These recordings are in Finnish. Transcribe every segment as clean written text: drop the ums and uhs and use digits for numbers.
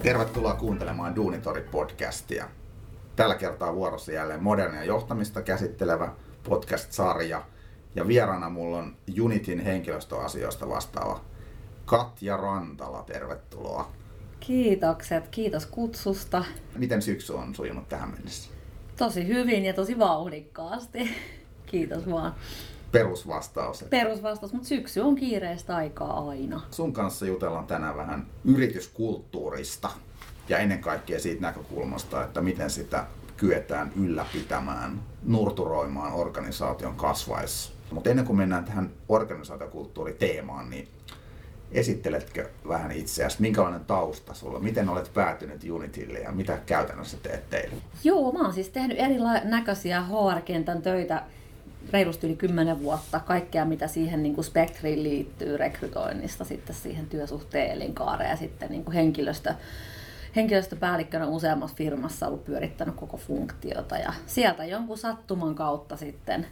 Tervetuloa kuuntelemaan Duunitori-podcastia. Tällä kertaa vuorossa jälleen modernia johtamista käsittelevä podcast-sarja. Ja vieraana mulla on Unityn henkilöstöasioista vastaava Katja Rantala. Tervetuloa. Kiitokset, kiitos kutsusta. Miten syksy on sujunut tähän mennessä? Tosi hyvin ja tosi vauhdikkaasti. Kiitos vaan. Perusvastaus. Perusvastaus, mutta syksy on kiireistä aikaa aina. Sun kanssa jutellaan tänään vähän yrityskulttuurista ja ennen kaikkea siitä näkökulmasta, että miten sitä kyetään ylläpitämään, nurturoimaan organisaation kasvaessa. Mutta ennen kuin mennään tähän organisaatiokulttuuriteemaan, niin esitteletkö vähän itseäsi? Minkälainen tausta sulla? Miten olet päätynyt Unitylle ja mitä käytännössä teet teille? Joo, mä oon siis tehnyt erinäköisiä HR-kentän töitä reilusti yli 10 vuotta. Kaikkea mitä siihen niin kuin spektriin liittyy, rekrytoinnista sitten siihen työsuhteen elinkaareen ja sitten niin kuin henkilöstöpäällikkönä useammassa firmassa ollut pyörittänyt koko funktiota ja sieltä jonkun sattuman kautta sitten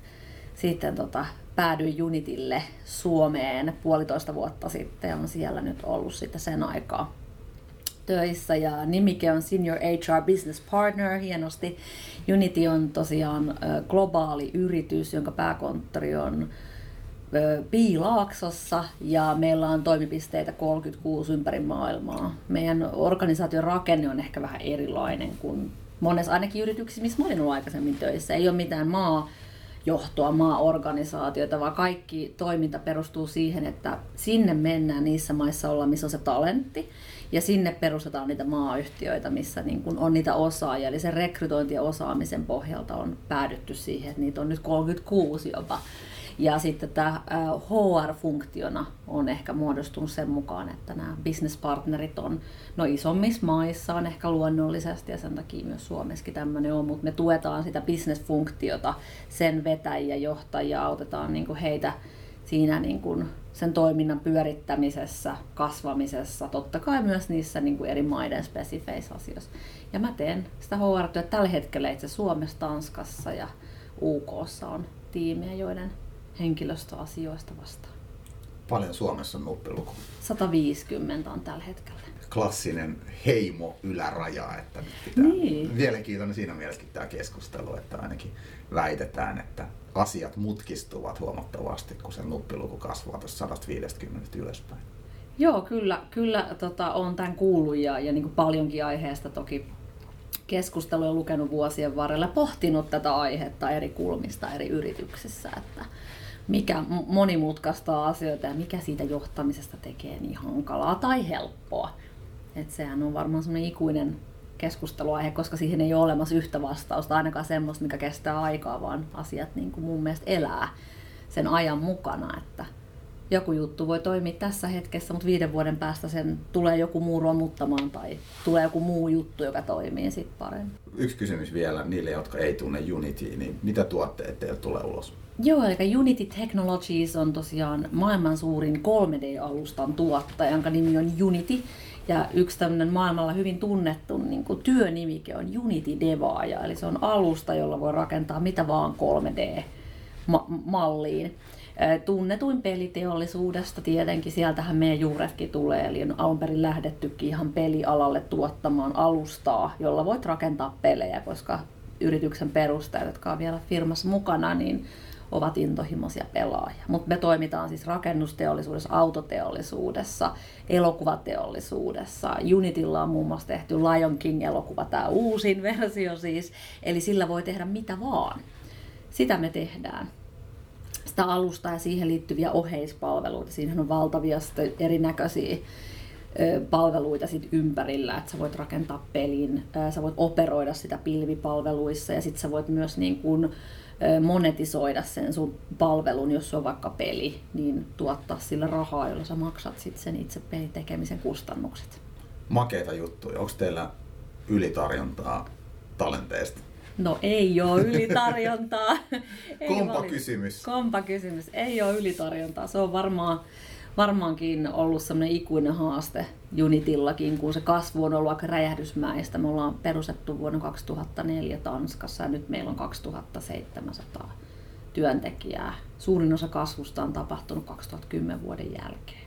päädyin Unitylle Suomeen 1,5 vuotta sitten ja on siellä nyt ollut sitten sen aikaa töissä ja nimike on Senior HR Business Partner hienosti. Unity on tosiaan globaali yritys, jonka pääkonttori on Piilaaksossa ja meillä on toimipisteitä 36 ympäri maailmaa. Meidän organisaation rakenne on ehkä vähän erilainen kuin monessa ainakin yrityksissä, missä mä olin ollut aikaisemmin töissä. Ei ole mitään maajohtoa, maaorganisaatioita, vaan kaikki toiminta perustuu siihen, että sinne mennään niissä maissa olla, missä on se talentti. Ja sinne perustetaan niitä maayhtiöitä, missä niin kun on niitä osaajia. Eli sen rekrytointi- ja osaamisen pohjalta on päädytty siihen, että niitä on nyt 36 jopa. Ja sitten tämä HR-funktiona on ehkä muodostunut sen mukaan, että nämä business-partnerit on isommissa maissa on ehkä luonnollisesti ja sen takia myös Suomessakin tämmöinen on, mutta me tuetaan sitä business-funktiota, sen vetäjiä, johtajia, autetaan niin kuin heitä siinä niin kuin sen toiminnan pyörittämisessä, kasvamisessa, totta kai myös niissä niin kuin eri maiden spesifeissä asioissa. Ja mä teen sitä HR-työtä tällä hetkellä itse Suomessa, Tanskassa ja UK:ssa on tiimiä, joiden henkilöstöasioista vastaan. Paljon Suomessa on nuppiluku? 150 on tällä hetkellä. Klassinen heimo-yläraja, että nyt pitää. Niin. Mielenkiintoinen siinä mielessäkin tämä keskustelu, että ainakin väitetään, että asiat mutkistuvat huomattavasti, kun se nuppiluku kasvaa tuossa 150 ylöspäin. Joo, kyllä olen tämän kuullut ja niin kuin paljonkin aiheesta toki keskustelua lukenut vuosien varrella, pohtinut tätä aihetta eri kulmista eri yrityksissä, että mikä monimutkaistaa asioita ja mikä siitä johtamisesta tekee niin hankalaa tai helppoa. Että sehän on varmaan semmoinen ikuinen keskusteluaihe, koska siihen ei ole olemassa yhtä vastausta, ainakaan semmoista, mikä kestää aikaa, vaan asiat niin kuin mun mielestä elää sen ajan mukana, että joku juttu voi toimia tässä hetkessä, mutta 5 vuoden päästä sen tulee joku muu romuttamaan tai tulee joku muu juttu, joka toimii sitten paremmin. Yksi kysymys vielä niille, jotka ei tunne Unitya, niin mitä tuotteet teille tulee ulos? Joo, eli Unity Technologies on tosiaan maailman suurin 3D-alustan tuottaja, jonka nimi on Unity. Ja yksi tämmöinen maailmalla hyvin tunnettu niin kuin työnimike on Unity Devaaja, eli se on alusta, jolla voi rakentaa mitä vaan 3D-malliin. Tunnetuin peliteollisuudesta tietenkin, sieltähän meidän juuretkin tulee, eli on alun perin lähdettykin ihan pelialalle tuottamaan alustaa, jolla voit rakentaa pelejä, koska yrityksen perustajat, jotka on vielä firmassa mukana, niin ovat intohimoisia pelaajia. Mutta me toimitaan siis rakennusteollisuudessa, autoteollisuudessa, elokuvateollisuudessa. Unitylla on muun muassa tehty Lion King-elokuva, tämä uusin versio siis, eli sillä voi tehdä mitä vaan. Sitä me tehdään. Sitä alusta ja siihen liittyviä oheispalveluita. Siinähän on valtavia erinäköisiä palveluita sit ympärillä, että sä voit rakentaa pelin, sä voit operoida sitä pilvipalveluissa ja sitten sä voit myös niin kun monetisoida sen sun palvelun, jos se on vaikka peli, niin tuottaa sillä rahaa, jolla sä maksat sit sen itse pelin tekemisen kustannukset. Makeita juttuja. Onko teillä ylitarjontaa talenteista? No ei ole ylitarjontaa. Kompa kysymys. Ei ole ylitarjontaa. Se on varmaankin ollut sellainen ikuinen haaste Unityllakin, kun se kasvu on ollut aika räjähdysmäistä. Me ollaan perustettu vuonna 2004 Tanskassa ja nyt meillä on 2700 työntekijää. Suurin osa kasvusta on tapahtunut 2010 vuoden jälkeen.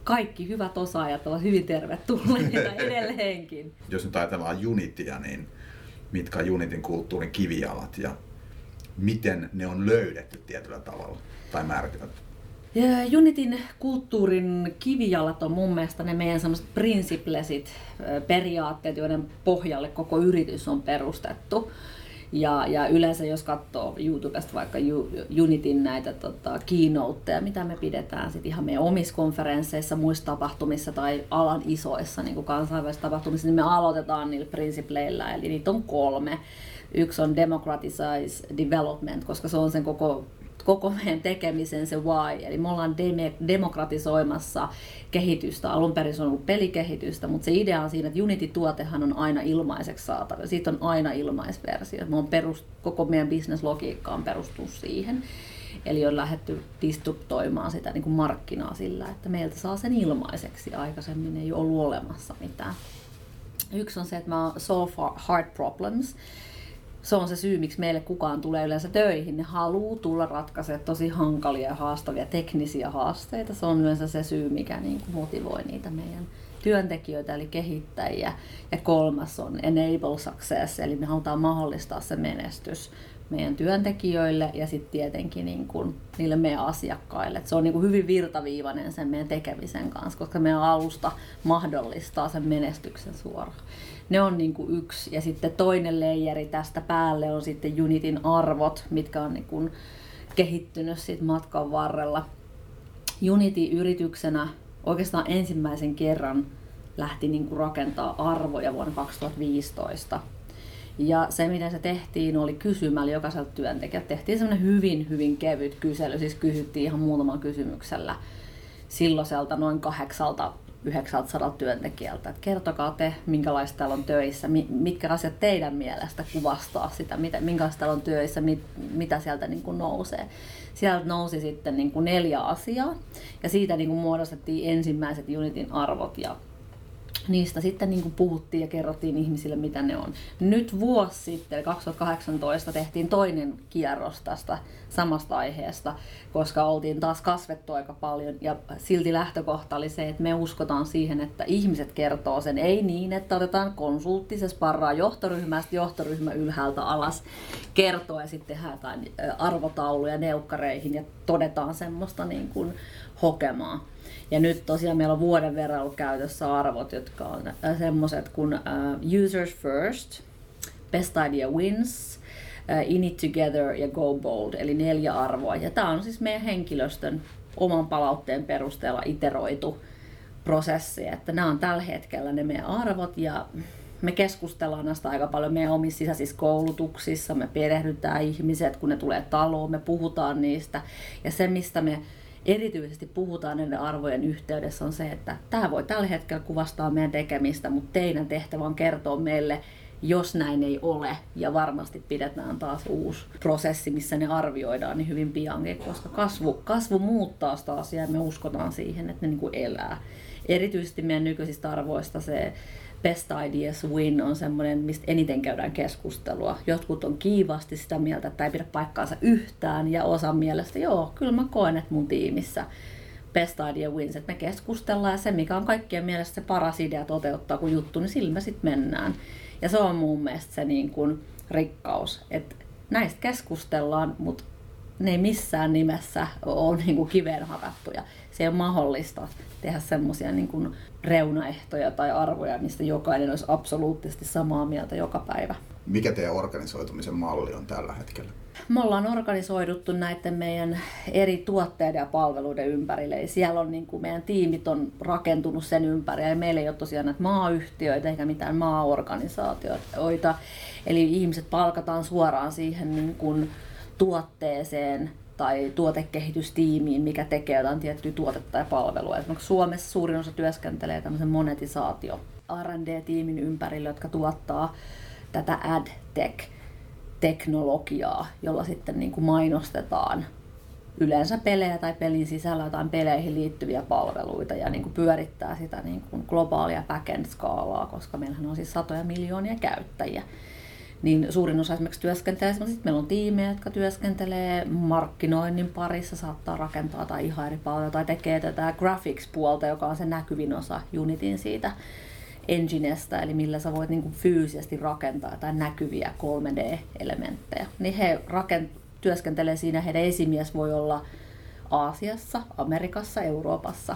kaikki hyvät osaajat ovat hyvin tervetulleita edelleenkin. Jos nyt ajatellaan Unityä, niin mitkä on Unityn kulttuurin kivijalat ja miten ne on löydetty tietyllä tavalla tai määritelty? Unityn kulttuurin kivijalat on mun mielestä ne meidän sellaiset principlesit, periaatteet, joiden pohjalle koko yritys on perustettu. Ja yleensä jos katsoo YouTubesta vaikka Unityn näitä keynoteja, mitä me pidetään sit ihan meidän omissa konferensseissa, muissa tapahtumissa tai alan isoissa niin kuin kansainvälisissä tapahtumissa, niin me aloitetaan niillä principleillä, eli niitä on 3. Yksi on democratize development, koska se on sen koko meidän tekemisen se why. Eli me ollaan demokratisoimassa kehitystä. Alun perin se on ollut pelikehitystä, mutta se idea on siinä, että Unity-tuotehan on aina ilmaiseksi saatavilla. Siitä on aina ilmaisversio. Koko meidän business-logiikka on perustunut siihen. Eli on lähdetty disruptoimaan sitä niin kuin markkinaa sillä, että meiltä saa sen ilmaiseksi. Aikaisemmin ei ole ollut olemassa mitään. Yksi on se, että mä solve hard problems. Se on se syy, miksi meille kukaan tulee yleensä töihin. Ne haluaa tulla ratkaisemaan tosi hankalia ja haastavia teknisiä haasteita. Se on yleensä se syy, mikä niin kuin motivoi niitä meidän työntekijöitä eli kehittäjiä. Ja 3. on enable success, eli me halutaan mahdollistaa se menestys meidän työntekijöille ja sitten tietenkin niin kuin niille meidän asiakkaille. Et se on niin kuin hyvin virtaviivainen sen meidän tekemisen kanssa, koska meidän alusta mahdollistaa sen menestyksen suoraan. Ne on niin kuin yksi. Ja sitten toinen leijeri tästä päälle on sitten Unityn arvot, mitkä on niin kuin kehittynyt sit matkan varrella. Unity yrityksenä oikeastaan ensimmäisen kerran lähti niin kuin rakentaa arvoja vuonna 2015. Ja se, miten se tehtiin, oli kysymällä jokaiselta työntekijältä. Tehtiin semmoinen hyvin, hyvin kevyt kysely. Siis kysyttiin ihan muutaman kysymyksellä silloiselta noin 800-900 työntekijältä. Et kertokaa te, minkälaista täällä on töissä, mitkä asiat teidän mielestä kuvastaa sitä, minkälaista täällä on töissä, mitä sieltä niin kuin nousee. Sieltä nousi sitten niin kuin 4 asiaa ja siitä niin kuin muodostettiin ensimmäiset Unityn arvot ja niistä sitten niin kuin puhuttiin ja kerrottiin ihmisille, mitä ne on. Nyt vuosi sitten, eli 2018, tehtiin toinen kierros tästä samasta aiheesta, koska oltiin taas kasvettu aika paljon. Ja silti lähtökohta oli se, että me uskotaan siihen, että ihmiset kertoo sen. Ei niin, että otetaan konsultti, se sparraa johtoryhmästä, johtoryhmä ylhäältä alas kertoo ja sitten tehdään jotain arvotauluja neukkareihin ja todetaan semmoista niin kuin hokemaa. Ja nyt tosiaan meillä on vuoden verran ollut käytössä arvot, jotka on semmoiset kuin users first, best idea wins, in it together ja go bold, eli 4 arvoa. Ja tämä on siis meidän henkilöstön oman palautteen perusteella iteroitu prosessi, että nämä on tällä hetkellä ne meidän arvot ja me keskustellaan näistä aika paljon meidän omissa sisäisissä koulutuksissa, me perehdytään ihmiset, kun ne tulee taloon, me puhutaan niistä ja se, mistä me erityisesti puhutaan näiden arvojen yhteydessä on se, että tämä voi tällä hetkellä kuvastaa meidän tekemistä, mutta teidän tehtävä on kertoa meille, jos näin ei ole. Ja varmasti pidetään taas uusi prosessi, missä ne arvioidaan niin hyvin piankin, koska kasvu muuttaa sitä asiaa ja me uskotaan siihen, että ne niin kuin elää. Erityisesti meidän nykyisistä arvoista se best ideas win on semmoinen, mistä eniten käydään keskustelua. Jotkut on kiivaasti sitä mieltä, että ei pidä paikkaansa yhtään ja osan mielestä, joo, kyllä mä koen, että mun tiimissä best idea wins, että me keskustellaan ja se, mikä on kaikkien mielestä se paras idea toteuttaa kuin juttu, niin sillä me sitten mennään. Ja se on mun mielestä se niin kuin rikkaus, että näistä keskustellaan, mutta ne ei missään nimessä ole niin kuin kiveen hakattuja. Se ei ole mahdollista tehdä semmoisia niin kuin reunaehtoja tai arvoja, mistä jokainen olisi absoluuttisesti samaa mieltä joka päivä. Mikä teidän organisoitumisen malli on tällä hetkellä? Me ollaan organisoiduttu näiden meidän eri tuotteiden ja palveluiden ympärille. Eli siellä on niin kuin meidän tiimit on rakentunut sen ympärille. Ja meillä ei ole tosiaan näitä maayhtiöitä eikä mitään maaorganisaatioita. Eli ihmiset palkataan suoraan siihen niin kuin tuotteeseen tai tuotekehitystiimiin, mikä tekee jotain tiettyä tuotetta ja palvelua. Esimerkiksi Suomessa suurin osa työskentelee tämmöisen monetisaatio R&D-tiimin ympärillä, jotka tuottaa tätä ad-tech-teknologiaa, jolla sitten niin kuin mainostetaan yleensä pelejä tai pelin sisällä jotain peleihin liittyviä palveluita ja niin kuin pyörittää sitä niin kuin globaalia backend-skaalaa, koska meillähän on siis 100 miljoonia käyttäjiä. niin suurin osa esimerkiksi työskentelee, sitten meillä on tiimejä, jotka työskentelee markkinoinnin parissa, saattaa rakentaa tai ihan eri palveluja tai tekee tätä graphics-puolta, joka on se näkyvin osa Unityn siitä enginestä, eli millä sä voit niin kuin fyysisesti rakentaa jotain näkyviä 3D-elementtejä. Niin he työskentelee siinä, heidän esimies voi olla Aasiassa, Amerikassa, Euroopassa.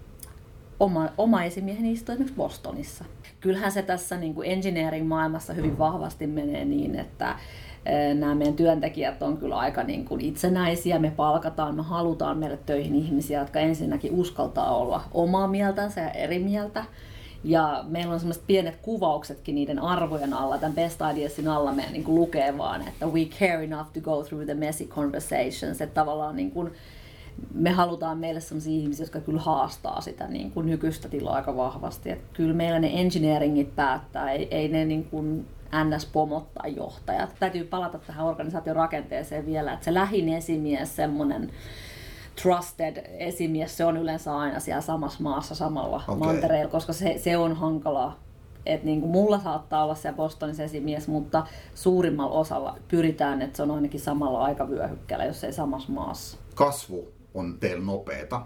Oma esimieheni istuu esimerkiksi Bostonissa. Kyllähän se tässä niin kuin engineering-maailmassa hyvin vahvasti menee niin, että nämä meidän työntekijät on kyllä aika niin kuin itsenäisiä, me palkataan, me halutaan meille töihin ihmisiä, jotka ensinnäkin uskaltaa olla omaa mieltänsä ja eri mieltä. Ja meillä on sellaiset pienet kuvauksetkin niiden arvojen alla, tämän Best Ideasin alla meidän niin kuin lukee vaan, että we care enough to go through the messy conversations, että tavallaan niin kuin me halutaan meille sellaisia ihmisiä, jotka kyllä haastaa sitä niin kuin nykyistä tilaa aika vahvasti. Että kyllä meillä ne engineeringit päättää, ei ne niin kuin NS-pomot tai johtajat. Täytyy palata tähän organisaation rakenteeseen vielä, että se lähin esimies, semmoinen trusted esimies, se on yleensä aina siellä samassa maassa, samalla mantereella, koska se on hankalaa. Että niin kuin mulla saattaa olla siellä Bostonissa esimies, mutta suurimmalla osalla pyritään, että se on ainakin samalla aikavyöhykkeellä, jos ei samassa maassa. Kasvu on teillä nopeata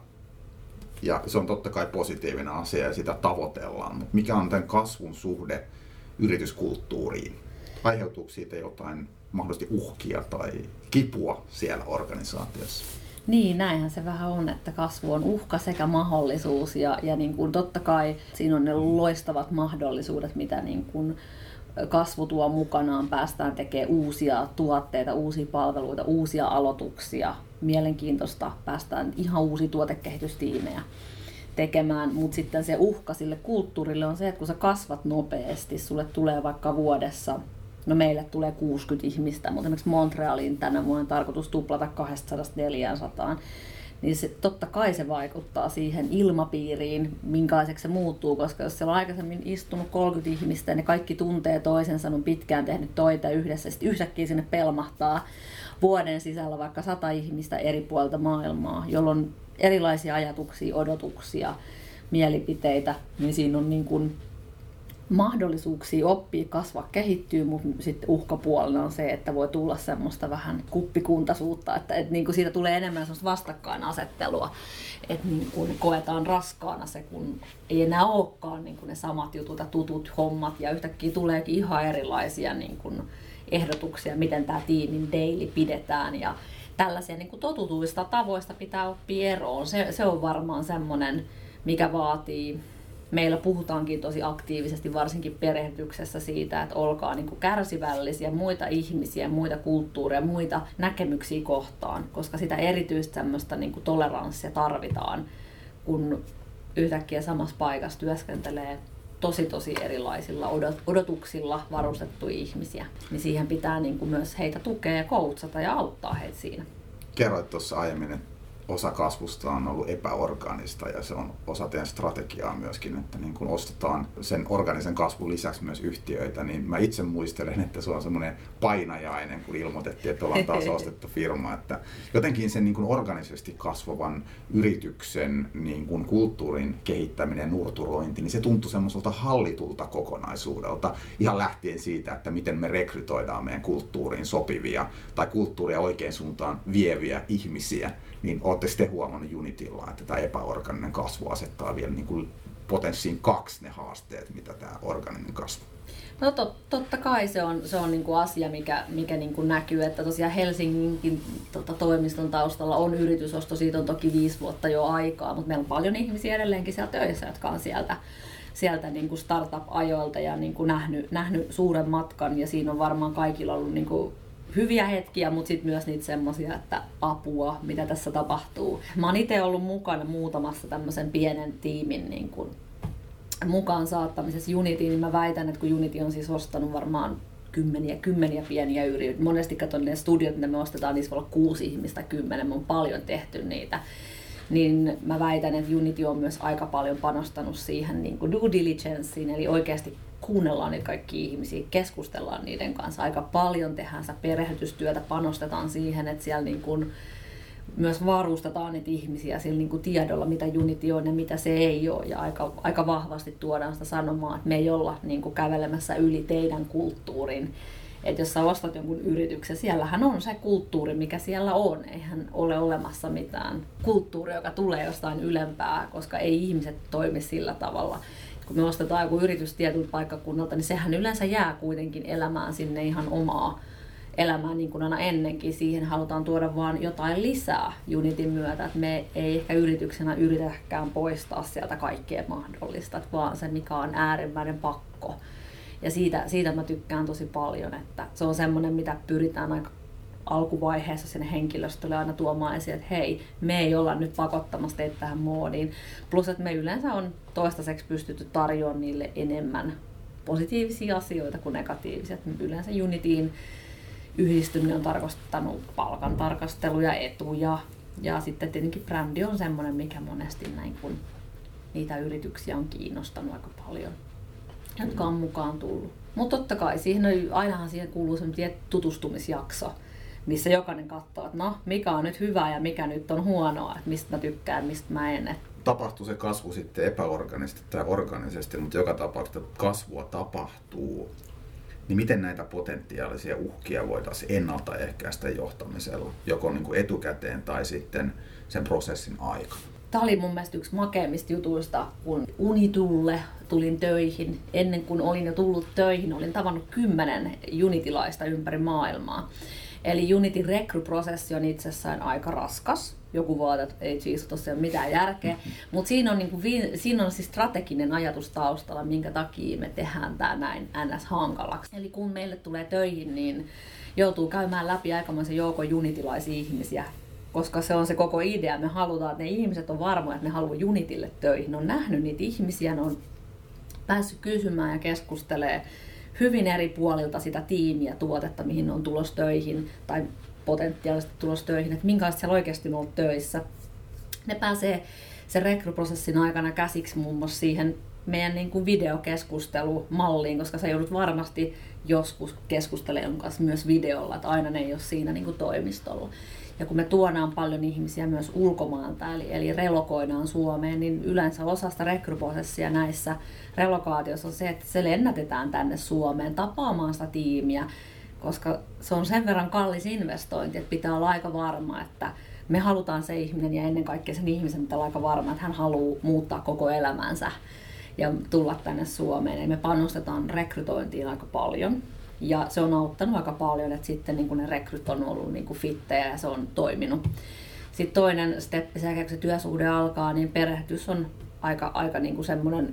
ja se on totta kai positiivinen asia ja sitä tavoitellaan, mutta mikä on tämän kasvun suhde yrityskulttuuriin? Aiheutuuko siitä jotain mahdollisesti uhkia tai kipua siellä organisaatiossa? Niin, näinhän se vähän on, että kasvu on uhka sekä mahdollisuus ja niin kuin totta kai siinä on ne loistavat mahdollisuudet, mitä niin kuin kasvu tuo mukanaan. Päästään tekemään uusia tuotteita, uusia palveluita, uusia aloituksia. Mielenkiintoista, päästään ihan uusia tuotekehitystiimejä tekemään, mutta sitten se uhka sille kulttuurille on se, että kun sä kasvat nopeasti, sulle tulee vaikka vuodessa, no meille tulee 60 ihmistä, mutta esimerkiksi Montrealiin tänä vuonna on tarkoitus tuplata 200-400, niin se, totta kai se vaikuttaa siihen ilmapiiriin, minkälaiseksi se muuttuu, koska jos siellä on aikaisemmin istunut 30 ihmistä ja ne kaikki tuntee toisensa, on pitkään tehnyt töitä yhdessä, sitten yhtäkkiä sinne pelmahtaa vuoden sisällä vaikka 100 ihmistä eri puolta maailmaa, jolloin erilaisia ajatuksia, odotuksia, mielipiteitä, niin siinä on niin kuin mahdollisuuksia oppia, kasvaa, kehittyä, mutta sitten uhkapuolena on se, että voi tulla semmoista vähän kuppikuntaisuutta, että niin kuin siitä tulee enemmän semmoista vastakkainasettelua, että niin kuin koetaan raskaana se, kun ei enää olekaan niin kuin ne samat jutut ja tutut hommat ja yhtäkkiä tuleekin ihan erilaisia niin kuin ehdotuksia, miten tämä tiimin daily pidetään ja tällaisia niin kuin totutuista tavoista pitää oppia eroon. Se on varmaan semmoinen, mikä vaatii. Meillä puhutaankin tosi aktiivisesti, varsinkin perehdyksessä siitä, että olkaa niin kuin kärsivällisiä muita ihmisiä, muita kulttuureja, muita näkemyksiä kohtaan, koska sitä erityistä semmoista niin kuin toleranssia tarvitaan, kun yhtäkkiä samassa paikassa työskentelee tosi erilaisilla odotuksilla varustettuja ihmisiä. Niin siihen pitää niin kuin myös heitä tukea ja coachata ja auttaa heitä siinä. Kerroit tuossa aiemmin, että osa kasvusta on ollut epäorgaanista ja se on osa teidän strategiaa myöskin, että niin kun ostetaan sen organisen kasvun lisäksi myös yhtiöitä, niin mä itse muistelen, että se on semmoinen painajainen, kun ilmoitettiin, että ollaan taas ostettu firma, että jotenkin sen niin kun organisesti kasvavan yrityksen niin kun kulttuurin kehittäminen ja nurturointi, niin se tuntui semmoiselta hallitulta kokonaisuudelta, ihan lähtien siitä, että miten me rekrytoidaan meidän kulttuuriin sopivia tai kulttuuria oikein suuntaan vieviä ihmisiä. Niin olette sitten huomannut Unitylla, että tämä epäorganinen kasvu asettaa vielä niin kuin potenssiin 2 ne haasteet, mitä tämä organinen kasvu. No totta kai se on niin kuin asia, mikä niin kuin näkyy, että tosiaan Helsingin toimiston taustalla on yritysosto, siitä on toki 5 vuotta jo aikaa, mutta meillä on paljon ihmisiä edelleenkin siellä töissä, jotka on sieltä niin kuin startup-ajoilta ja niin kuin nähnyt suuren matkan ja siinä on varmaan kaikilla ollut niin kuin hyviä hetkiä, mutta sitten myös niitä semmoisia, että apua, mitä tässä tapahtuu. Mä oon itse ollut mukana muutamassa tämmöisen pienen tiimin niin kuin mukaan saattamisessa Unitiin, niin mä väitän, että kun Unity on siis ostanut varmaan kymmeniä pieniä yrityksiä. Monesti katson ne studiot, mitä me ostetaan, niissä voi olla 6 ihmistä, 10, me on paljon tehty niitä. Niin mä väitän, että Unity on myös aika paljon panostanut siihen niin kuin due diligenceen, eli oikeasti kuunnellaan niitä kaikkia ihmisiä, keskustellaan niiden kanssa. Aika paljon tehdään sitä perehdytystyötä, panostetaan siihen, että siellä niin kuin myös varustetaan niitä ihmisiä sillä niin kuin tiedolla, mitä Unity on ja mitä se ei ole. Ja aika vahvasti tuodaan sitä sanomaa, että me ei olla niin kuin kävelemässä yli teidän kulttuurin. Että jos sä ostat jonkun yrityksen, siellähän on se kulttuuri, mikä siellä on. Eihän ole olemassa mitään kulttuuria, joka tulee jostain ylempää, koska ei ihmiset toimi sillä tavalla. Kun me ostetaan joku yritys tietyltä paikkakunnalta, niin sehän yleensä jää kuitenkin elämään sinne ihan omaa elämään niin kuin aina ennenkin. Siihen halutaan tuoda vaan jotain lisää Unitin myötä. Että me ei ehkä yrityksenä yritetäkään poistaa sieltä kaikkea mahdollista, vaan se mikä on äärimmäinen pakko. Ja siitä mä tykkään tosi paljon, että se on semmoinen, mitä pyritään aika alkuvaiheessa sinne henkilöstölle aina tuomaan esiin, että hei, me ei olla nyt pakottamassa teitä tähän moodiin. Plus, että me yleensä on toistaiseksi pystytty tarjoamaan niille enemmän positiivisia asioita kuin negatiivisia. Yleensä Unitiin yhdistyminen on tarkoittanut palkantarkasteluja, etuja ja sitten tietenkin brändi on semmoinen, mikä monesti näin kun niitä yrityksiä on kiinnostanut aika paljon, jotka on mukaan tullut. Mutta totta kai ainahan siihen kuuluu semmoinen tutustumisjakso, missä jokainen katsoo, että no, mikä on nyt hyvää ja mikä nyt on huonoa, että mistä mä tykkään, mistä mä en. Tapahtuu se kasvu sitten epäorganisesti tai organisesti, mutta joka tapauksessa kasvua tapahtuu. Niin miten näitä potentiaalisia uhkia voitaisiin ennaltaehkäistä johtamisella, joko niin kuin etukäteen tai sitten sen prosessin aikana? Tämä oli mun mielestä yksi makeimmista jutuista, kun Unitulle tulin töihin. Ennen kuin olin jo tullut töihin, olin tavannut 10 unitilaista ympäri maailmaa. Eli Unitin rekryprosessi on itsessään aika raskas. Joku voi että ei siis tosiaan mitään järkeä, mutta siinä on siis strateginen ajatus taustalla, minkä takia me tehdään tämä näin ns. Hankalaksi. Eli kun meille tulee töihin, niin joutuu käymään läpi aikamoisen joukon unitilaisia ihmisiä, koska se on se koko idea. Me halutaan, että ne ihmiset on varmoja, että ne haluaa Unitille töihin. Ne on nähnyt niitä ihmisiä, ne on päässyt kysymään ja keskustelemaan hyvin eri puolilta sitä tiimiä, tuotetta, mihin ne on tulossa töihin tai potentiaalisesti tulossa töihin, että minkälaista siellä oikeasti on ollut töissä. Ne pääsee sen rekryprosessin aikana käsiksi muun muassa siihen meidän niin kuin videokeskustelumalliin, koska sä joudut varmasti joskus keskustelemaan kanssa myös videolla, että aina ne ei ole siinä niin kuin toimistolla. Ja kun me tuodaan paljon ihmisiä myös ulkomailta, eli relokoidaan Suomeen, niin yleensä osa sitä rekryprosessia näissä relokaatioissa on se, että se lennätetään tänne Suomeen tapaamaan sitä tiimiä, koska se on sen verran kallis investointi, että pitää olla aika varma, että me halutaan se ihminen ja ennen kaikkea sen ihmisen pitää olla aika varma, että hän haluaa muuttaa koko elämänsä ja tulla tänne Suomeen. Eli me panostetaan rekrytointiin aika paljon ja se on auttanut aika paljon, että sitten niin kun ne rekryt on ollut niin kun fittejä ja se on toiminut. Sitten toinen steppi, kun se työsuhde alkaa, niin perehdytys on aika niin kuin semmoinen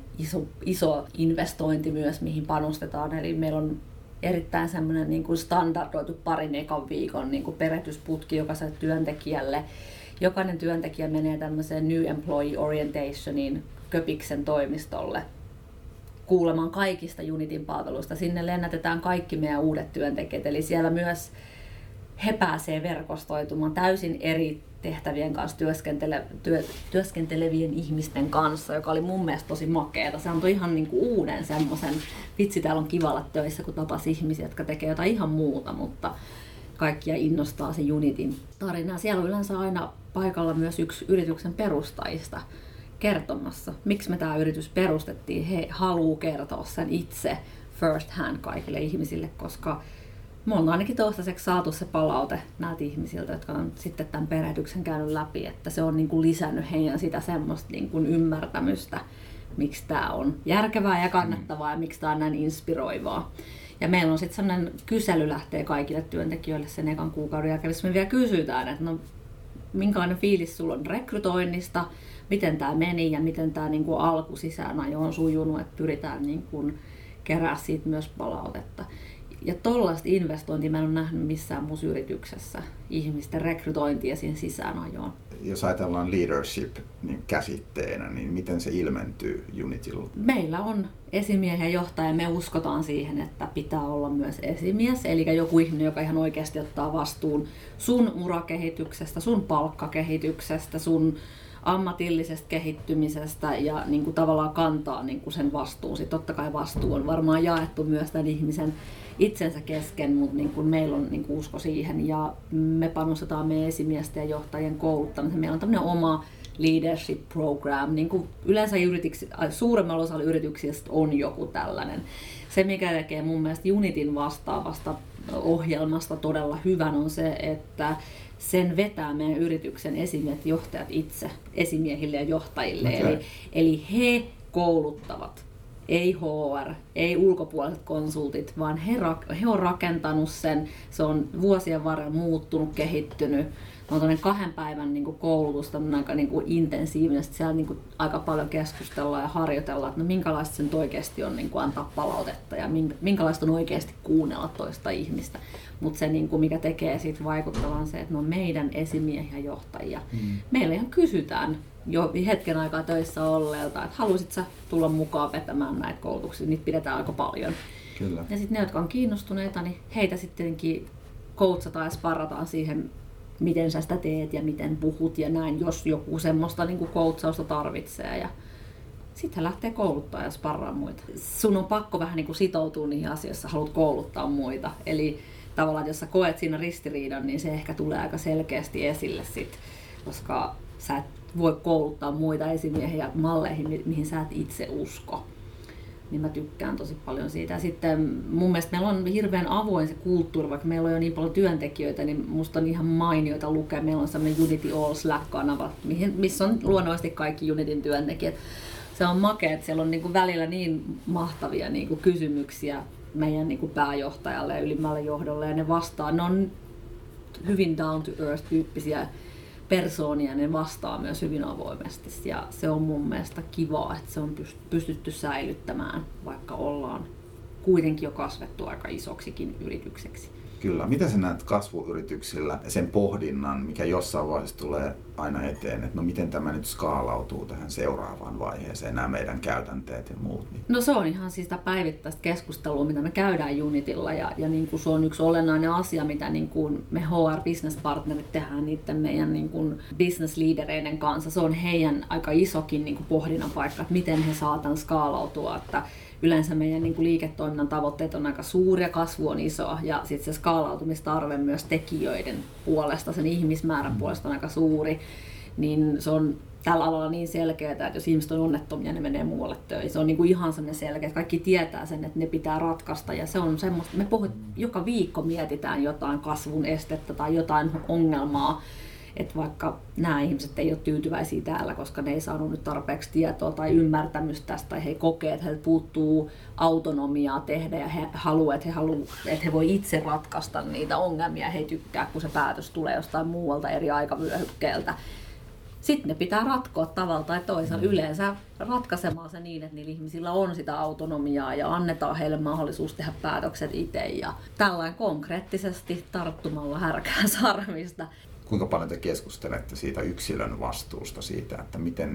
iso investointi myös, mihin panostetaan. Eli meillä on erittäin semmoinen niin kuin standardoitu parin ekan viikon niin kuin perehdysputki jokaiselle työntekijälle. Jokainen työntekijä menee tämmöiseen New Employee Orientationiin Köpiksen toimistolle kuulemaan kaikista Unitin palveluista. Sinne lennätetään kaikki meidän uudet työntekijät, eli siellä myös he pääsee verkostoitumaan täysin eri tehtävien kanssa työskentelevien ihmisten kanssa, joka oli mun mielestä tosi makeata. Se antoi ihan niin kuin uuden semmoisen, vitsi täällä on kiva olla töissä, kun tapasi ihmisiä, jotka tekee jotain ihan muuta, mutta kaikkia innostaa se Unitin tarina. Siellä on yleensä aina paikalla myös yksi yrityksen perustajista kertomassa, miksi me tämä yritys perustettiin. He haluaa kertoa sen itse first hand kaikille ihmisille, koska me ollaan ainakin toistaiseksi saatu se palaute näiltä ihmisiltä, jotka on sitten tämän perehdyksen käynyt läpi, että se on niin kuin lisännyt heidän sitä semmoista niin kuin ymmärtämystä, miksi tämä on järkevää ja kannattavaa ja miksi tämä on näin inspiroivaa. Ja meillä on sitten sellainen kysely lähtee kaikille työntekijöille sen ekan kuukauden jälkeen, missä me vielä kysytään, että no, minkälainen fiilis sulla on rekrytoinnista, miten tämä meni ja miten tämä niin kuin alku sisäänajo on sujunut, että pyritään niin kuin kerää siitä myös palautetta. Ja tollaista investointia mä en ole nähnyt missään muussa yrityksessä, ihmisten rekrytointia siihen sisäänajoon. Jos ajatellaan leadership niin käsitteenä, niin miten se ilmentyy Unitilla? Meillä on esimiehen johtaja ja me uskotaan siihen, että pitää olla myös esimies. Eli joku ihminen, joka ihan oikeasti ottaa vastuun sun urakehityksestä, sun palkkakehityksestä, sun ammatillisesta kehittymisestä ja niin kuin tavallaan kantaa niin kuin sen vastuun. Sitten totta kai vastuu on varmaan jaettu myös tämän ihmisen itsensä kesken, mutta niin kuin meillä on niin kuin usko siihen ja me panostetaan meidän esimiesten ja johtajien kouluttamiseen. Meillä on tämmöinen oma leadership program. Niin kuin yleensä suuremmalla osalla yrityksistä on joku tällainen. Se, mikä tekee mun mielestä Unitin vastaavasta ohjelmasta todella hyvän on se, että sen vetää meidän yrityksen esimiehet, johtajat itse esimiehille ja johtajille. Okay. Eli he kouluttavat, ei HR, ei ulkopuoliset konsultit, vaan he on rakentanut sen. Se on vuosien varrella muuttunut, kehittynyt. On tämmöinen 2 päivän niin kuin koulutus, aika niin kuin intensiivinen. Sitten siellä niin kuin aika paljon keskustellaan ja harjoitellaan, että no minkälaista sen oikeasti on niin kuin antaa palautetta ja minkälaista on oikeasti kuunnella toista ihmistä. Mutta se, niin kuin mikä tekee siitä vaikuttavan se, että ne on meidän esimiehiä ja johtajia. Meillä ihan kysytään jo hetken aikaa töissä olleelta, että haluaisit sä tulla mukaan vetämään näitä koulutuksia, niitä pidetään aika paljon. Kyllä. Ja sitten ne, jotka on kiinnostuneita, niin heitä sittenkin coachataan ja sparrataan siihen, miten sä sitä teet ja miten puhut ja näin, jos joku semmoista niin kuin coachausta tarvitsee. Ja sitten hän lähtee kouluttaa ja sparraa muita. Sun on pakko vähän niin kuin sitoutua niihin asioissa, haluat kouluttaa muita. Eli tavallaan, jos sä koet siinä ristiriidan, niin se ehkä tulee aika selkeästi esille sit, koska sä et voi kouluttaa muita esimiehiä malleihin, mihin sä et itse usko. Niin mä tykkään tosi paljon siitä. Ja sitten mun mielestä meillä on hirveän avoin se kulttuuri, vaikka meillä on jo niin paljon työntekijöitä, niin musta on ihan mainioita lukea. Meillä on sellainen Unity All Slack-kanava, missä on luonnollisesti kaikki Unityn työntekijät. Se on makea, että siellä on niin kuin välillä niin mahtavia niin kuin kysymyksiä meidän niin kuin pääjohtajalle ja ylimmälle johdolle, ja ne vastaa. Ne on hyvin down to earth -tyyppisiä persoonia, ne vastaa myös hyvin avoimesti, ja se on mun mielestä kivaa, että se on pystytty säilyttämään, vaikka ollaan kuitenkin jo kasvettu aika isoksikin yritykseksi. Kyllä. Mitä sä näet kasvuyrityksillä sen pohdinnan, mikä jossain vaiheessa tulee aina eteen, että no miten tämä nyt skaalautuu tähän seuraavaan vaiheeseen, nämä meidän käytänteet ja muut? Niin. No se on ihan siis sitä päivittäistä keskustelua, mitä me käydään Unitilla, ja niin kuin se on yksi olennainen asia, mitä niin kuin me HR-business-partnerit tehdään niiden meidän niin kuin business-liidereiden kanssa. Se on heidän aika isokin niin kuin pohdinnan paikka, että miten he saatan skaalautua, että yleensä meidän niin kuin liiketoiminnan tavoitteet on aika suuria, kasvu on iso, ja sitten se skaalautumistarve myös tekijöiden puolesta, sen ihmismäärän puolesta on aika suuri, niin se on tällä alalla niin selkeää, että jos ihmiset on onnettomia, ne menee muualle töihin. Se on niin kuin ihan sellainen selkeä, että kaikki tietää sen, että ne pitää ratkaista, ja se on semmoista, me joka viikko mietitään jotain kasvun estettä tai jotain ongelmaa, että vaikka nämä ihmiset ei ole tyytyväisiä täällä, koska ne ei saanut nyt tarpeeksi tietoa tai ymmärtämystä tästä, tai he kokee, että heiltä puuttuu autonomiaa tehdä, ja he haluavat, että he voi itse ratkaista niitä ongelmia, he ei tykkää, kun se päätös tulee jostain muualta eri aikavyöhykkeeltä. Sitten ne pitää ratkoa tavalla tai toisella, yleensä ratkaisemaan se niin, että niillä ihmisillä on sitä autonomiaa ja annetaan heille mahdollisuus tehdä päätökset itse, ja tällainen konkreettisesti tarttumalla härkää sarmista. Kuinka paljon te keskustelette siitä yksilön vastuusta siitä, että miten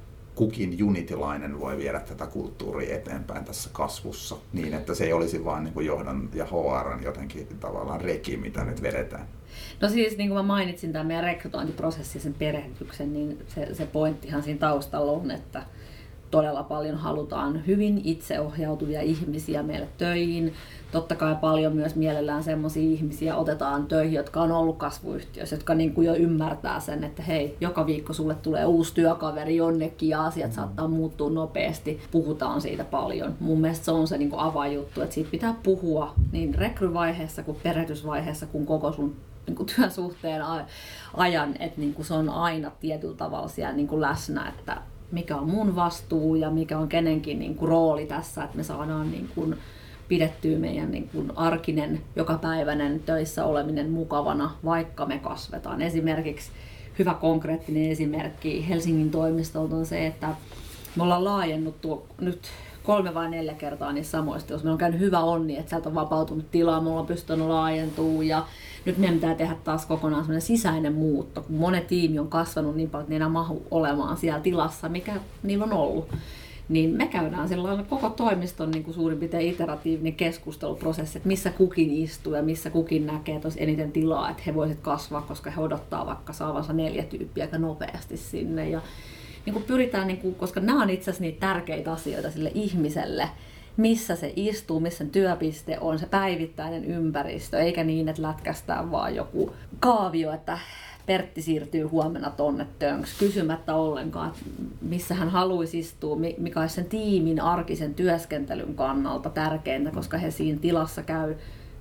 kukin unitilainen voi viedä tätä kulttuuria eteenpäin tässä kasvussa niin, että se ei olisi vain niin kuin johdon ja HR:n jotenkin tavallaan reki, mitä nyt vedetään? No siis niin kuin mä mainitsin tämän meidän rekrytointiprosessin ja sen perehdytyksen, niin se pointtihan siinä taustalla on, että todella paljon halutaan hyvin itseohjautuvia ihmisiä meille töihin. Totta kai paljon myös mielellään semmoisia ihmisiä otetaan töihin, jotka on ollut kasvuyhtiössä, jotka niin kuin jo ymmärtää sen, että hei, joka viikko sulle tulee uusi työkaveri jonnekin ja asiat saattaa muuttua nopeasti. Puhutaan siitä paljon. Mun mielestä se on se niin kuin avainjuttu, että siitä pitää puhua niin rekryvaiheessa kuin perehdytysvaiheessa kuin koko sun niin kuin työsuhteen ajan, että niin kuin se on aina tietyllä tavalla siellä niin kuin läsnä, että mikä on mun vastuu ja mikä on kenenkin niin kuin rooli tässä, että me saadaan niin kuin pidettyä meidän niin kuin arkinen, jokapäiväinen töissä oleminen mukavana, vaikka me kasvetaan. Esimerkiksi hyvä konkreettinen esimerkki Helsingin toimistolta on se, että me ollaan laajennuttu nyt 3 vai 4 kertaa niissä samoista, jos meillä on käynyt hyvä onni, että sieltä on vapautunut tilaa, me ollaan pystynyt laajentumaan, ja nyt meidän pitää tehdä taas kokonaan sellainen sisäinen muutto, kun monet tiimi on kasvanut niin paljon, että ne ei enää mahdu olemaan siellä tilassa, mikä niillä on ollut. Niin me käydään sellainen koko toimiston niin kuin suurin piirtein iteratiivinen keskusteluprosessi, että missä kukin istuu ja missä kukin näkee tuossa eniten tilaa, että he voisivat kasvaa, koska he odottaa vaikka saavansa 4 tyyppiä aika nopeasti sinne. Ja niin kuin pyritään, niin kuin, koska nämä on itse asiassa niitä tärkeitä asioita sille ihmiselle, missä se istuu, missä sen työpiste on, se päivittäinen ympäristö, eikä niin, että lätkästään vaan joku kaavio, että Pertti siirtyy huomenna tonne tönks, kysymättä ollenkaan, että missä hän haluaisi istua, mikä olisi sen tiimin arkisen työskentelyn kannalta tärkeintä, koska he siinä tilassa käy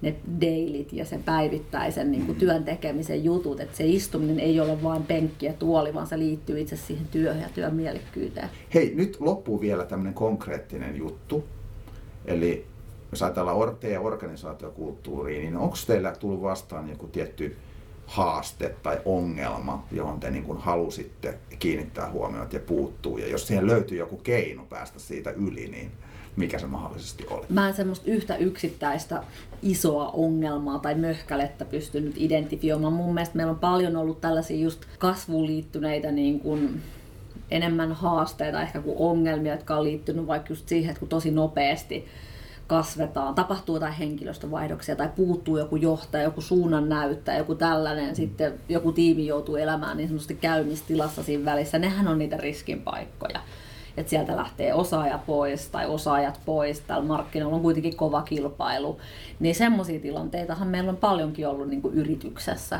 ne dailyt ja sen päivittäisen niin kuin työn tekemisen jutut, että se istuminen ei ole vain penkki ja tuoli, vaan se liittyy itse siihen työhön ja työn mielekkyyteen. Hei, nyt loppuu vielä tämmöinen konkreettinen juttu. Eli jos ajatellaan teidän organisaatiokulttuuriin, niin onko teillä tullut vastaan joku tietty haaste tai ongelma, johon te niin kuin halusitte kiinnittää huomiota ja puuttuu? Ja jos siihen löytyy joku keino päästä siitä yli, niin mikä se mahdollisesti oli? Mä en semmoista yhtä yksittäistä isoa ongelmaa tai möhkälettä pystynyt identifioimaan. Mun mielestä meillä on paljon ollut tällaisia just kasvuun liittyneitä niin kuin enemmän haasteita ehkä kuin ongelmia, jotka on liittynyt vaikka just siihen, että kun tosi nopeasti kasvetaan, tapahtuu jotain henkilöstövaihdoksia tai puuttuu joku johtaja, joku suunnan näyttäjä, joku tällainen, sitten joku tiimi joutuu elämään niin sanotusti käymistilassa siinä välissä. Nehän on niitä riskin paikkoja. Että sieltä lähtee osaaja pois tai osaajat pois, täällä markkinoilla on kuitenkin kova kilpailu. Niin semmoisia tilanteitahan meillä on paljonkin ollut niin kuin yrityksessä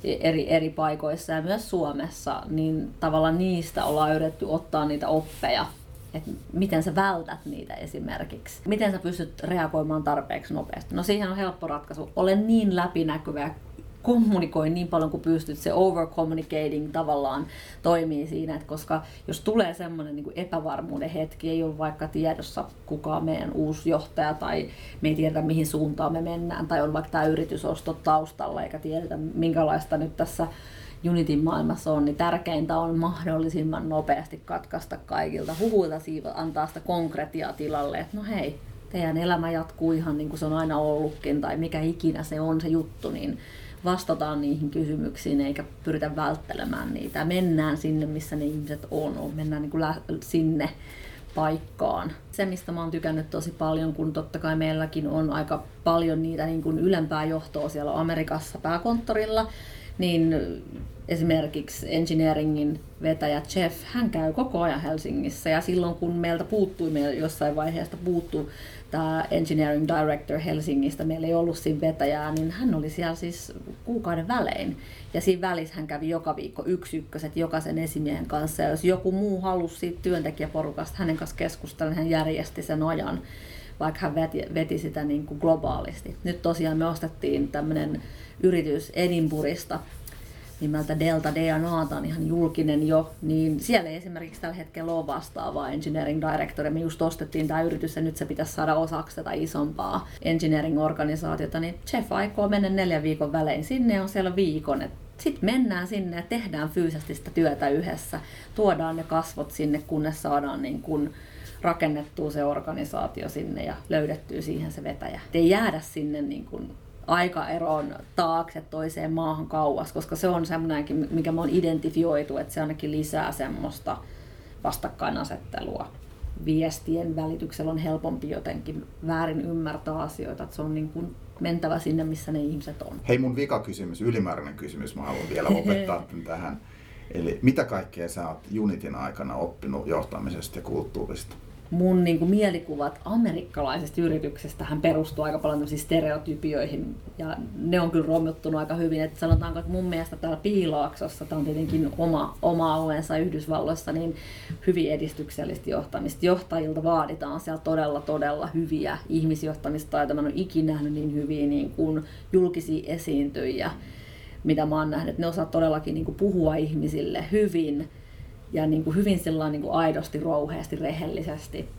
eri paikoissa ja myös Suomessa, niin tavallaan niistä ollaan yritetty ottaa niitä oppeja, että miten sä vältät niitä esimerkiksi. Miten sä pystyt reagoimaan tarpeeksi nopeasti. No siihen on helppo ratkaisu. Ole niin läpinäkyvä ja kommunikoi niin paljon kuin pystyt. Se over-communicating tavallaan toimii siinä, että koska jos tulee semmoinen niin kuin epävarmuuden hetki, ei ole vaikka tiedossa kuka on meidän uusi johtaja tai me ei tiedetä mihin suuntaan me mennään tai on vaikka tämä yritysosto taustalla eikä tiedetä minkälaista nyt tässä Unityn maailmassa on, niin tärkeintä on mahdollisimman nopeasti katkaista kaikilta huhuilta, antaa sitä konkretiaa tilalle, että no hei, teidän elämä jatkuu ihan niin kuin se on aina ollutkin tai mikä ikinä se on se juttu, niin vastataan niihin kysymyksiin eikä pyritä välttelemään niitä. Mennään sinne, missä ne ihmiset on. Mennään niin kuin sinne paikkaan. Se, mistä mä oon tykännyt tosi paljon, kun totta kai meilläkin on aika paljon niitä niin kuin ylempää johtoa siellä Amerikassa pääkonttorilla, niin esimerkiksi engineeringin vetäjä Jeff, hän käy koko ajan Helsingissä ja silloin kun meiltä jossain vaiheesta puuttui tämä engineering director Helsingistä, meillä ei ollut siinä vetäjää, niin hän oli siellä siis kuukauden välein. Ja siinä välissä hän kävi joka viikko ykköset jokaisen esimiehen kanssa. Ja jos joku muu halusi siitä työntekijäporukasta hänen kanssa keskustella, hän järjesti sen ajan, vaikka hän veti sitä niin kuin globaalisti. Nyt tosiaan me ostettiin tämmöinen yritys Edinburghista nimeltä Delta DNA, on ihan julkinen jo, niin siellä ei esimerkiksi tällä hetkellä ole vastaavaa engineering directoria. Me just ostettiin tämä yritys ja nyt se pitäisi saada osaksi tätä isompaa engineering-organisaatiota, niin Jeff aikoo mennä 4 viikon välein sinne ja on siellä viikon. Sitten mennään sinne ja tehdään fyysisesti sitä työtä yhdessä, tuodaan ne kasvot sinne, kunnes saadaan niin kuin rakennettua se organisaatio sinne ja löydettyä siihen se vetäjä. Ei jäädä sinne niin kuin aikaeron taakse toiseen maahan kauas, koska se on semmoinenkin, mikä me on identifioitu, että se ainakin lisää semmoista vastakkainasettelua. Viestien välityksellä on helpompi jotenkin väärin ymmärtää asioita, että se on niin kuin mentävä sinne, missä ne ihmiset on. Hei, mun vikakysymys, ylimääräinen kysymys, mä haluan vielä opettaa tähän. Eli mitä kaikkea sä oot Unityn aikana oppinut johtamisesta ja kulttuurista? Mun niin kuin mielikuvat amerikkalaisesta yrityksestä hän perustuu aika paljon stereotypioihin ja ne on kyllä romuttunut aika hyvin. Että sanotaanko, että mun mielestä täällä Piilaaksossa, tämä on tietenkin oma alueensa Yhdysvalloissa, niin hyvin edistyksellistä johtamista. Johtajilta vaaditaan siellä todella hyviä ihmisjohtamistaitoja. Mä en ole ikinä nähnyt niin hyviä niin kuin julkisia esiintyjiä, mitä mä oon nähnyt. Ne osaa todellakin niin kuin puhua ihmisille hyvin. Ja niin kuin hyvin niin kuin aidosti, rouheasti, rehellisesti.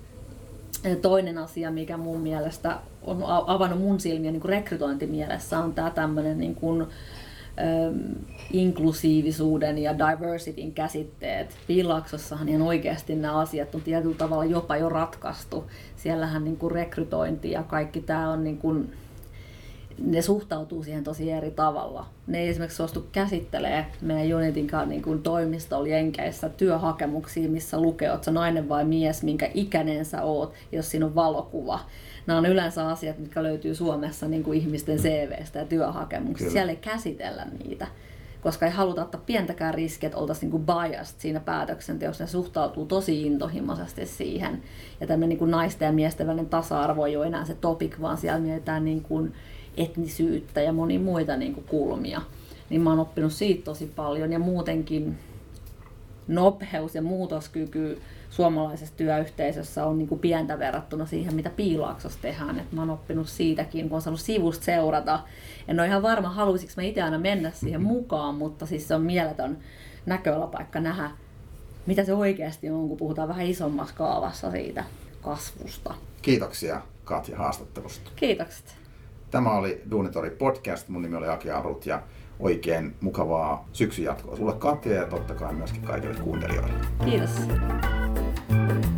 Ja toinen asia, mikä mun mielestä on avannut mun silmiä niin kuin rekrytointimielessä, on tämä tämmöinen niin kuin, inklusiivisuuden ja diversityn käsitteet. Piilaaksossahan ihan oikeasti nämä asiat on tietyllä tavalla jopa jo ratkaistu. Siellähän niin kuin rekrytointi ja kaikki tämä on niin kuin, ne suhtautuu siihen tosi eri tavalla. Ne ei esimerkiksi suostu käsittelee meidän Unityn niin toimistolla Jenkeissä työhakemuksia, missä lukee, että sä nainen vai mies, minkä ikäinen sä oot, jos siinä on valokuva. Nämä on yleensä asiat, mitkä löytyy Suomessa niin kuin ihmisten CV:stä ja työhakemuksista. Kyllä. Siellä ei käsitellä niitä, koska ei haluta ottaa pientäkään riskiä, että oltaisiin niin kuin biased siinä päätöksenteossa. Ne suhtautuu tosi intohimoisesti siihen. Ja tämmöinen niin kuin naisten ja miesten välinen tasa-arvo ei ole enää se topic, vaan siellä mietitään niin kuin etnisyyttä ja monia muita niin kuin kulmia. Niin mä oon oppinut siitä tosi paljon ja muutenkin nopeus ja muutoskyky suomalaisessa työyhteisössä on niin kuin pientä verrattuna siihen, mitä Piilaaksossa tehdään. Et mä oon oppinut siitäkin, kun on saanut sivusta seurata. En ole ihan varma, haluaisinko mä itse aina mennä siihen mukaan, mutta siis se on mieletön näköalapaikka nähdä, mitä se oikeasti on, kun puhutaan vähän isommassa kaavassa siitä kasvusta. Kiitoksia Katja haastattelusta. Kiitokset. Tämä oli Duunitori podcast. Mun nimi oli Aki Arut ja oikein mukavaa syksyn jatkoa sulle Katja ja totta kai myöskin kaikille kuuntelijoille. Kiitos.